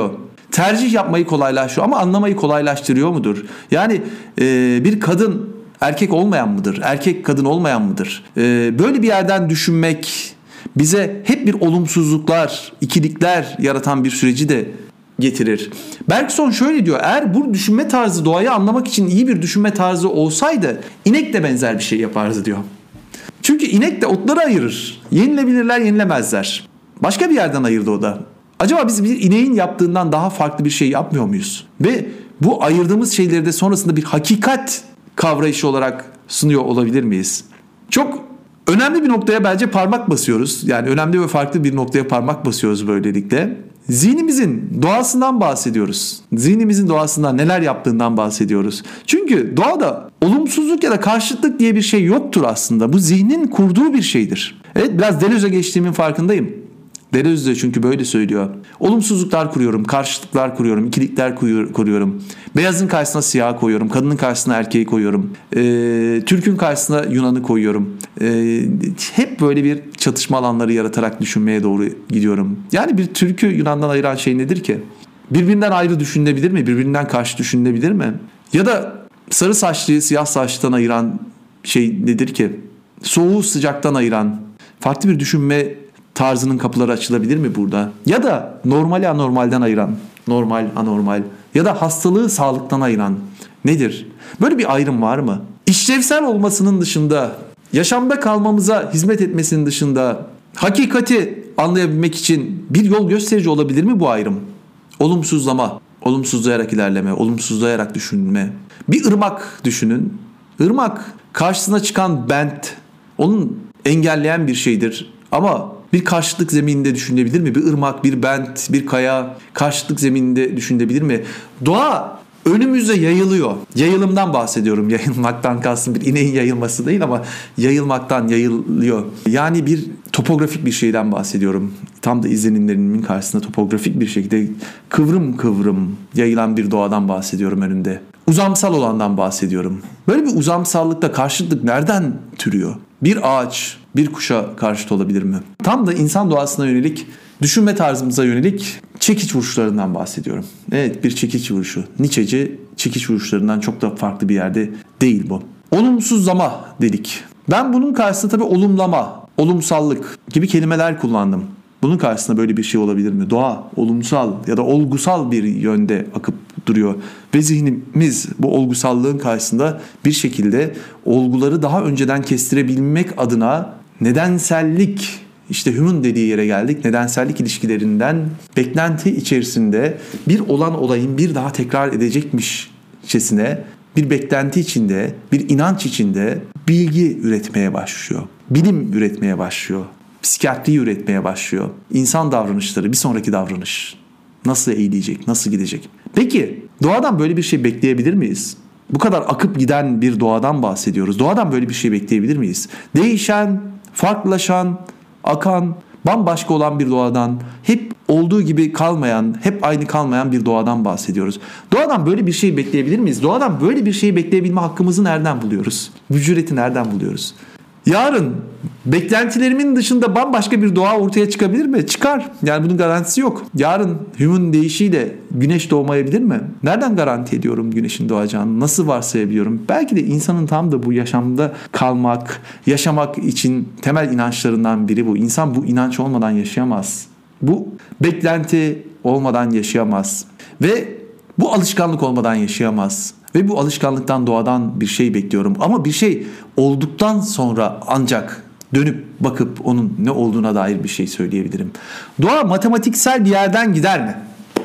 Tercih yapmayı kolaylaştırıyor ama anlamayı kolaylaştırıyor mudur? Yani e, bir kadın erkek olmayan mıdır? Erkek kadın olmayan mıdır? E, böyle bir yerden düşünmek bize hep bir olumsuzluklar, ikilikler yaratan bir süreci de getirir. Bergson şöyle diyor: eğer bu düşünme tarzı doğayı anlamak için iyi bir düşünme tarzı olsaydı inek de benzer bir şey yapardı diyor. Çünkü inek de otları ayırır. Yenilebilirler, yenilemezler. Başka bir yerden ayırdı o da. Acaba biz bir ineğin yaptığından daha farklı bir şey yapmıyor muyuz? Ve bu ayırdığımız şeyleri de sonrasında bir hakikat kavrayışı olarak sunuyor olabilir miyiz? Çok önemli bir noktaya bence parmak basıyoruz. Yani önemli ve farklı bir noktaya parmak basıyoruz böylelikle. Zihnimizin doğasından bahsediyoruz. Zihnimizin doğasından, neler yaptığından bahsediyoruz. Çünkü doğada olumsuzluk ya da karşıtlık diye bir şey yoktur aslında. Bu zihnin kurduğu bir şeydir. Evet, biraz Deleuze'e geçtiğimin farkındayım. Deleuze çünkü böyle söylüyor. Olumsuzluklar kuruyorum, karşıtlıklar kuruyorum, ikilikler kuruyorum. Beyazın karşısına siyahı koyuyorum, kadının karşısına erkeği koyuyorum. Ee, Türk'ün karşısına Yunan'ı koyuyorum. Ee, hep böyle bir çatışma alanları yaratarak düşünmeye doğru gidiyorum. Yani bir Türk'ü Yunan'dan ayıran şey nedir ki? Birbirinden ayrı düşünülebilir mi? Birbirinden karşı düşünülebilir mi? Ya da sarı saçlıyı siyah saçlıdan ayıran şey nedir ki? Soğuğu sıcaktan ayıran farklı bir düşünme tarzının kapıları açılabilir mi burada? Ya da normali anormalden ayıran, normal anormal ya da hastalığı sağlıktan ayıran nedir? Böyle bir ayrım var mı? İşlevsel olmasının dışında, yaşamda kalmamıza hizmet etmesinin dışında hakikati anlayabilmek için bir yol gösterici olabilir mi bu ayrım? Olumsuzlama, olumsuzlayarak ilerleme, olumsuzlayarak düşünme. Bir ırmak düşünün. Irmak karşısına çıkan bent, onun engelleyen bir şeydir. Ama bir karşıtlık zemininde düşünülebilir mi? Bir ırmak, bir bent, bir kaya karşıtlık zemininde düşünülebilir mi? Doğa önümüzde yayılıyor. Yayılımdan bahsediyorum. Yayılmaktan kastım bir ineğin yayılması değil ama yayılmaktan yayılıyor. Yani bir topografik bir şeyden bahsediyorum. Tam da izlenimlerimin karşısında topografik bir şekilde kıvrım kıvrım yayılan bir doğadan bahsediyorum önümde. Uzamsal olandan bahsediyorum. Böyle bir uzamsallıkta karşıtlık nereden türüyor? Bir ağaç bir kuşa karşıt olabilir mi? Tam da insan doğasına yönelik, düşünme tarzımıza yönelik çekiç vuruşlarından bahsediyorum. Evet, bir çekiç vuruşu. Nietzscheci çekiç vuruşlarından çok da farklı bir yerde değil bu. Olumsuzlama dedik. Ben bunun karşısında tabii olumlama, olumsallık gibi kelimeler kullandım. Bunun karşısında böyle bir şey olabilir mi? Doğa olumsal ya da olgusal bir yönde akıp duruyor. Ve zihnimiz bu olgusallığın karşısında bir şekilde olguları daha önceden kestirebilmek adına nedensellik, işte Hume'un dediği yere geldik. Nedensellik ilişkilerinden beklenti içerisinde bir olan olayın bir daha tekrar edecekmişçesine bir beklenti içinde, bir inanç içinde bilgi üretmeye başlıyor. Bilim üretmeye başlıyor. Psikiyatri üretmeye başlıyor. İnsan davranışları, bir sonraki davranış nasıl eğilecek, nasıl gidecek? Peki doğadan böyle bir şey bekleyebilir miyiz? Bu kadar akıp giden bir doğadan bahsediyoruz. Doğadan böyle bir şey bekleyebilir miyiz? Değişen, farklılaşan, akan, bambaşka olan bir doğadan, hep olduğu gibi kalmayan, hep aynı kalmayan bir doğadan bahsediyoruz. Doğadan böyle bir şey bekleyebilir miyiz? Doğadan böyle bir şeyi bekleyebilme hakkımızı nereden buluyoruz? Bu cüreti nereden buluyoruz? Yarın beklentilerimin dışında bambaşka bir doğa ortaya çıkabilir mi? Çıkar. Yani bunun garantisi yok. Yarın Hume'un deyişiyle güneş doğmayabilir mi? Nereden garanti ediyorum güneşin doğacağını? Nasıl varsayabiliyorum? Belki de insanın tam da bu yaşamda kalmak, yaşamak için temel inançlarından biri bu. İnsan bu inanç olmadan yaşayamaz. Bu beklenti olmadan yaşayamaz. Ve bu alışkanlık olmadan yaşayamaz. Ve bu alışkanlıktan, doğadan bir şey bekliyorum. Ama bir şey olduktan sonra ancak dönüp bakıp onun ne olduğuna dair bir şey söyleyebilirim. Doğa matematiksel bir yerden gider mi?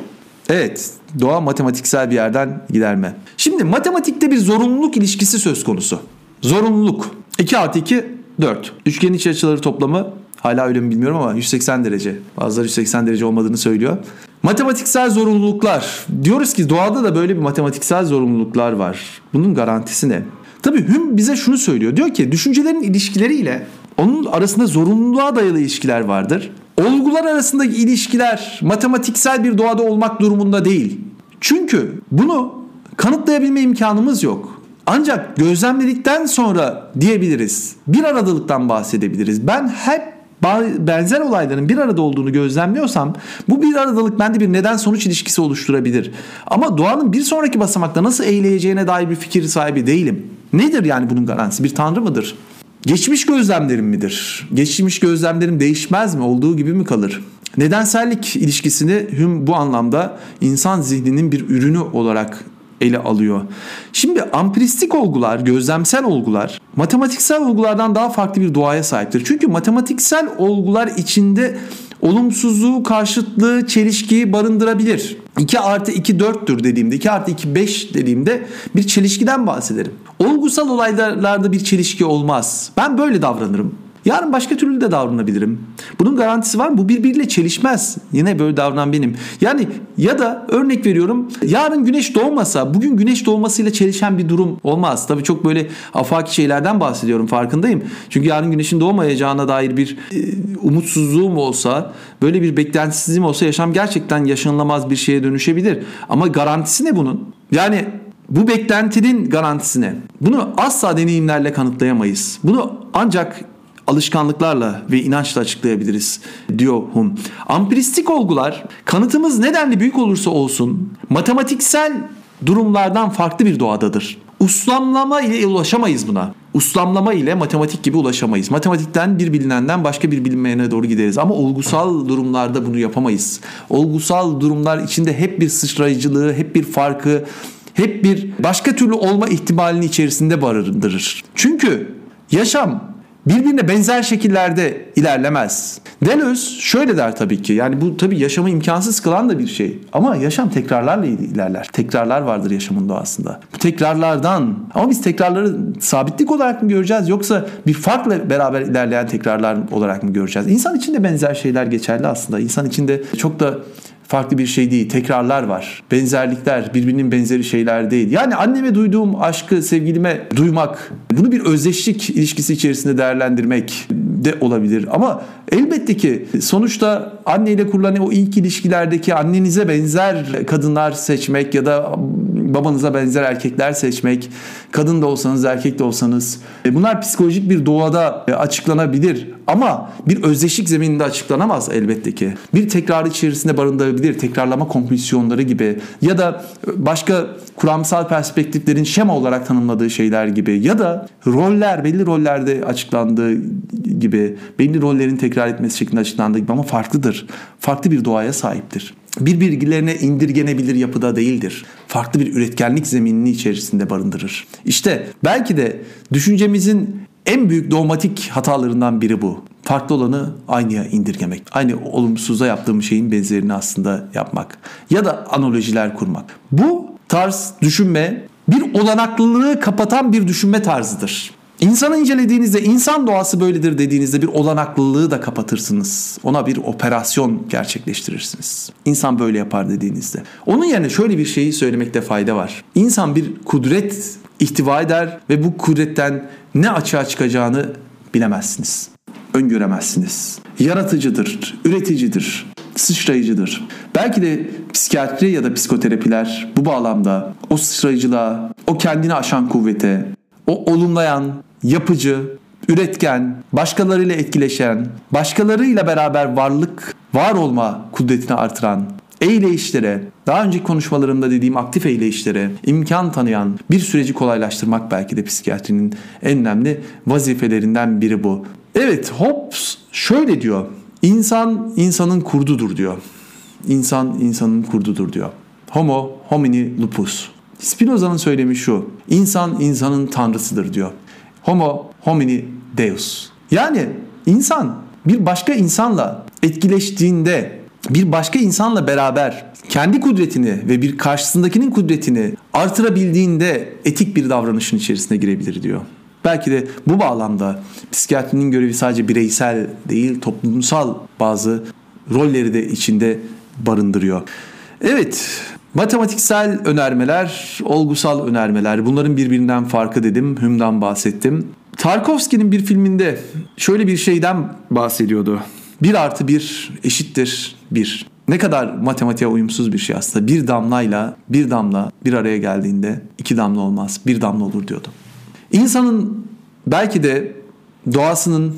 Evet, doğa matematiksel bir yerden gider mi? Şimdi matematikte bir zorunluluk ilişkisi söz konusu. Zorunluluk. iki artı iki, dört. Üçgenin iç açıları toplamı hala öyle mi bilmiyorum ama yüz seksen derece. Bazıları yüz seksen derece olmadığını söylüyor. Matematiksel zorunluluklar. Diyoruz ki doğada da böyle bir matematiksel zorunluluklar var. Bunun garantisi ne? Tabii Hume bize şunu söylüyor. Diyor ki düşüncelerin ilişkileriyle onun arasında zorunluluğa dayalı ilişkiler vardır. Olgular arasındaki ilişkiler matematiksel bir doğada olmak durumunda değil. Çünkü bunu kanıtlayabilme imkanımız yok. Ancak gözlemledikten sonra diyebiliriz. Bir aradalıktan bahsedebiliriz. Ben hep benzer olayların bir arada olduğunu gözlemliyorsam bu bir aradalık bende bir neden sonuç ilişkisi oluşturabilir. Ama doğanın bir sonraki basamakta nasıl eyleyeceğine dair bir fikir sahibi değilim. Nedir yani bunun garantisi? Bir tanrı mıdır? Geçmiş gözlemlerim midir? Geçmiş gözlemlerim değişmez mi? Olduğu gibi mi kalır? Nedensellik ilişkisini Hume bu anlamda insan zihninin bir ürünü olarak ele alıyor. Şimdi ampiristik olgular, gözlemsel olgular matematiksel olgulardan daha farklı bir doğaya sahiptir. Çünkü matematiksel olgular içinde olumsuzluğu, karşıtlığı, çelişkiyi barındırabilir. iki artı iki dörttür dediğimde, iki artı iki beş dediğimde bir çelişkiden bahsederim. Olgusal olaylarda bir çelişki olmaz. Ben böyle davranırım. Yarın başka türlü de davranabilirim. Bunun garantisi var mı? Bu birbiriyle çelişmez. Yine böyle davranan benim. Yani ya da örnek veriyorum, yarın güneş doğmasa bugün güneş doğmasıyla çelişen bir durum olmaz. Tabii çok böyle afaki şeylerden bahsediyorum, farkındayım. Çünkü yarın güneşin doğmayacağına dair bir e, umutsuzluğum olsa, böyle bir beklentisizliğim olsa yaşam gerçekten yaşanılamaz bir şeye dönüşebilir. Ama garantisi ne bunun? Yani bu beklentinin garantisi ne? Bunu asla deneyimlerle kanıtlayamayız. Bunu ancak alışkanlıklarla ve inançla açıklayabiliriz diyor Hume. Ampiristik olgular kanıtımız nedenli büyük olursa olsun matematiksel durumlardan farklı bir doğadadır. Uslamlama ile ulaşamayız buna. Uslamlama ile matematik gibi ulaşamayız. Matematikten bir bilinenden başka bir bilinmeyene doğru gideriz. Ama olgusal durumlarda bunu yapamayız. Olgusal durumlar içinde hep bir sıçrayıcılığı, hep bir farkı, hep bir başka türlü olma ihtimalini içerisinde barındırır. Çünkü yaşam birbirine benzer şekillerde ilerlemez. Deleuze şöyle der tabii ki. Yani bu tabii yaşamı imkansız kılan da bir şey. Ama yaşam tekrarlarla ilerler. Tekrarlar vardır yaşamın doğasında. Bu tekrarlardan, ama biz tekrarları sabitlik olarak mı göreceğiz yoksa bir farkla beraber ilerleyen tekrarlar olarak mı göreceğiz? İnsan için de benzer şeyler geçerli aslında. İnsan için de çok da farklı bir şey değil. Tekrarlar var. Benzerlikler, birbirinin benzeri şeyler değil. Yani anneme duyduğum aşkı sevgilime duymak, bunu bir özdeşlik ilişkisi içerisinde değerlendirmek de olabilir. Ama elbette ki sonuçta anneyle kurulan o ilk ilişkilerdeki annenize benzer kadınlar seçmek ya da babanıza benzer erkekler seçmek, kadın da olsanız erkek de olsanız, bunlar psikolojik bir doğada açıklanabilir. Ama bir özdeşlik zemininde açıklanamaz elbette ki. Bir tekrar içerisinde barındırabilir, tekrarlama kompülsiyonları gibi ya da başka kuramsal perspektiflerin şema olarak tanımladığı şeyler gibi ya da roller, belli rollerde açıklandığı gibi, belli rollerin tekrar etmesi şeklinde açıklandığı gibi ama farklıdır. Farklı bir doğaya sahiptir. Birbirlerine indirgenebilir yapıda değildir. Farklı bir üretkenlik zeminini içerisinde barındırır. İşte belki de düşüncemizin en büyük dogmatik hatalarından biri bu. Farklı olanı aynıya indirgemek. Aynı olumsuza yaptığımız şeyin benzerini aslında yapmak. Ya da analojiler kurmak. Bu tarz düşünme bir olanaklılığı kapatan bir düşünme tarzıdır. İnsanı incelediğinizde, insan doğası böyledir dediğinizde bir olanaklılığı da kapatırsınız. Ona bir operasyon gerçekleştirirsiniz. İnsan böyle yapar dediğinizde. Onun yerine şöyle bir şeyi söylemekte fayda var. İnsan bir kudret ihtiva eder ve bu kudretten ne açığa çıkacağını bilemezsiniz. Öngöremezsiniz. Yaratıcıdır, üreticidir, sıçrayıcıdır. Belki de psikiyatri ya da psikoterapiler bu bağlamda o sıçrayıcılığa, o kendini aşan kuvvete, o olumlayan, yapıcı, üretken, başkalarıyla etkileşen, başkalarıyla beraber varlık, var olma kudretini artıran eyleyişlere, daha önceki konuşmalarımda dediğim aktif eyleyişlere imkan tanıyan bir süreci kolaylaştırmak belki de psikiyatrinin en önemli vazifelerinden biri bu. Evet, Hobbes şöyle diyor. İnsan insanın kurdudur diyor. İnsan insanın kurdudur diyor. Homo homini lupus. Spinoza'nın söylemi şu. İnsan insanın tanrısıdır diyor. Homo homini deus. Yani insan bir başka insanla etkileştiğinde, bir başka insanla beraber kendi kudretini ve bir karşısındakinin kudretini artırabildiğinde etik bir davranışın içerisine girebilir diyor. Belki de bu bağlamda psikiyatrinin görevi sadece bireysel değil, toplumsal bazı rolleri de içinde barındırıyor. Evet, matematiksel önermeler, olgusal önermeler, bunların birbirinden farkı dedim, Hume'dan bahsettim. Tarkovski'nin bir filminde şöyle bir şeyden bahsediyordu. Bir artı bir eşittir bir. Ne kadar matematiğe uyumsuz bir şey aslında. Bir damlayla bir damla bir araya geldiğinde iki damla olmaz, bir damla olur diyordu. İnsanın belki de doğasının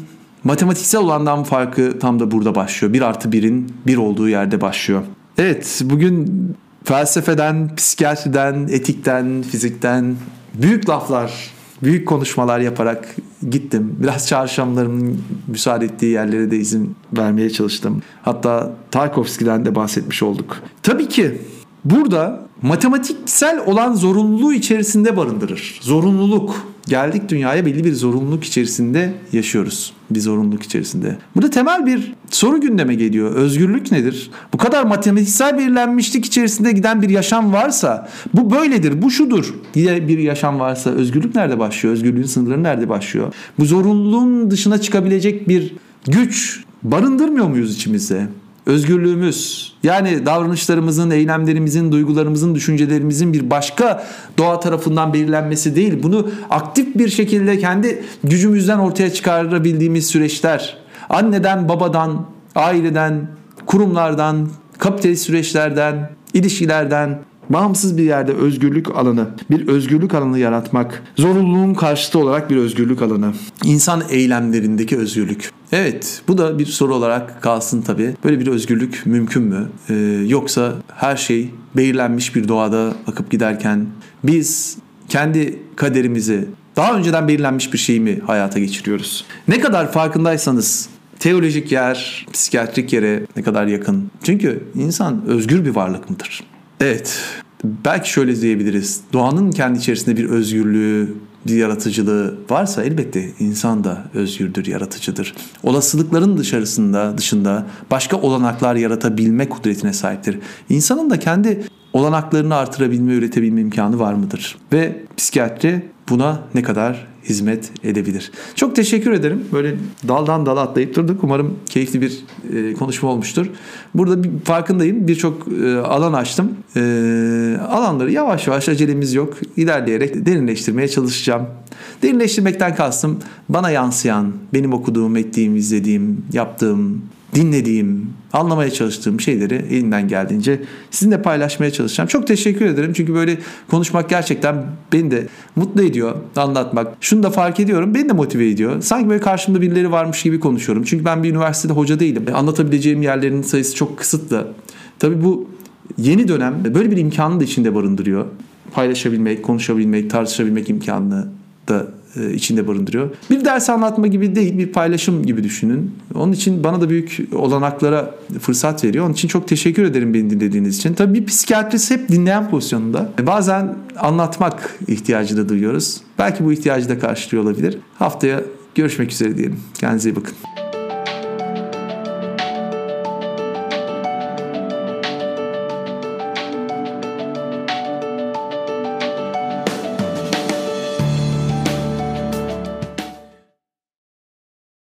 Matematiksel olandan farkı tam da burada başlıyor. Bir artı birin bir olduğu yerde başlıyor. Evet, bugün felsefeden, psikiyatriden, etikten, fizikten büyük laflar, büyük konuşmalar yaparak gittim. Biraz çarşamlarımın müsaade ettiği yerlere de izin vermeye çalıştım. Hatta Tarkovski'den de bahsetmiş olduk. Tabii ki burada matematiksel olan zorunluluğu içerisinde barındırır. Zorunluluk. Geldik dünyaya, belli bir zorunluluk içerisinde yaşıyoruz. Bir zorunluluk içerisinde. Burada temel bir soru gündeme geliyor. Özgürlük nedir? Bu kadar matematiksel belirlenmişlik içerisinde giden bir yaşam varsa, bu böyledir, bu şudur diye bir yaşam varsa özgürlük nerede başlıyor? Özgürlüğün sınırları nerede başlıyor? Bu zorunluluğun dışına çıkabilecek bir güç barındırmıyor muyuz içimizde? Özgürlüğümüz, yani davranışlarımızın, eylemlerimizin, duygularımızın, düşüncelerimizin bir başka doğa tarafından belirlenmesi değil. Bunu aktif bir şekilde kendi gücümüzden ortaya çıkarabildiğimiz süreçler. Anneden, babadan, aileden, kurumlardan, kapitalist süreçlerden, ilişkilerden bağımsız bir yerde özgürlük alanı, bir özgürlük alanı yaratmak, zorunluluğun karşıtı olarak bir özgürlük alanı. İnsan eylemlerindeki özgürlük. Evet, bu da bir soru olarak kalsın tabii. Böyle bir özgürlük mümkün mü? Ee, yoksa her şey belirlenmiş bir doğada akıp giderken biz kendi kaderimizi, daha önceden belirlenmiş bir şeyi mi hayata geçiriyoruz? Ne kadar farkındaysanız teolojik yer, psikiyatrik yere ne kadar yakın. Çünkü insan özgür bir varlık mıdır? Evet, belki şöyle diyebiliriz. Doğanın kendi içerisinde bir özgürlüğü, bir yaratıcılığı varsa elbette insan da özgürdür, yaratıcıdır. Olasılıkların dışarısında, dışında başka olanaklar yaratabilme kudretine sahiptir. İnsanın da kendi olanaklarını artırabilme, üretebilme imkanı var mıdır? Ve psikiyatri buna ne kadar hizmet edebilir? Çok teşekkür ederim. Böyle daldan dala atlayıp durduk. Umarım keyifli bir e, konuşma olmuştur. Burada bir farkındayım. Birçok e, alan açtım. E, alanları yavaş yavaş, acelemiz yok, İlerleyerek derinleştirmeye çalışacağım. Derinleştirmekten kastım bana yansıyan, benim okuduğum, ettiğim, izlediğim, yaptığım, dinlediğim, anlamaya çalıştığım şeyleri elimden geldiğince sizinle paylaşmaya çalışacağım. Çok teşekkür ederim. Çünkü böyle konuşmak gerçekten beni de mutlu ediyor, anlatmak. Şunu da fark ediyorum, beni de motive ediyor. Sanki böyle karşımda birileri varmış gibi konuşuyorum. Çünkü ben bir üniversitede hoca değilim. Anlatabileceğim yerlerin sayısı çok kısıtlı. Tabii bu yeni dönem böyle bir imkanı da içinde barındırıyor. Paylaşabilmek, konuşabilmek, tartışabilmek imkanını da içinde barındırıyor. Bir ders anlatma gibi değil, bir paylaşım gibi düşünün. Onun için bana da büyük olanaklara fırsat veriyor. Onun için çok teşekkür ederim beni dinlediğiniz için. Tabii bir psikiyatrist hep dinleyen pozisyonunda. Bazen anlatmak ihtiyacı da duyuyoruz. Belki bu ihtiyacı da karşılıyor olabilir. Haftaya görüşmek üzere diyelim. Kendinize iyi bakın.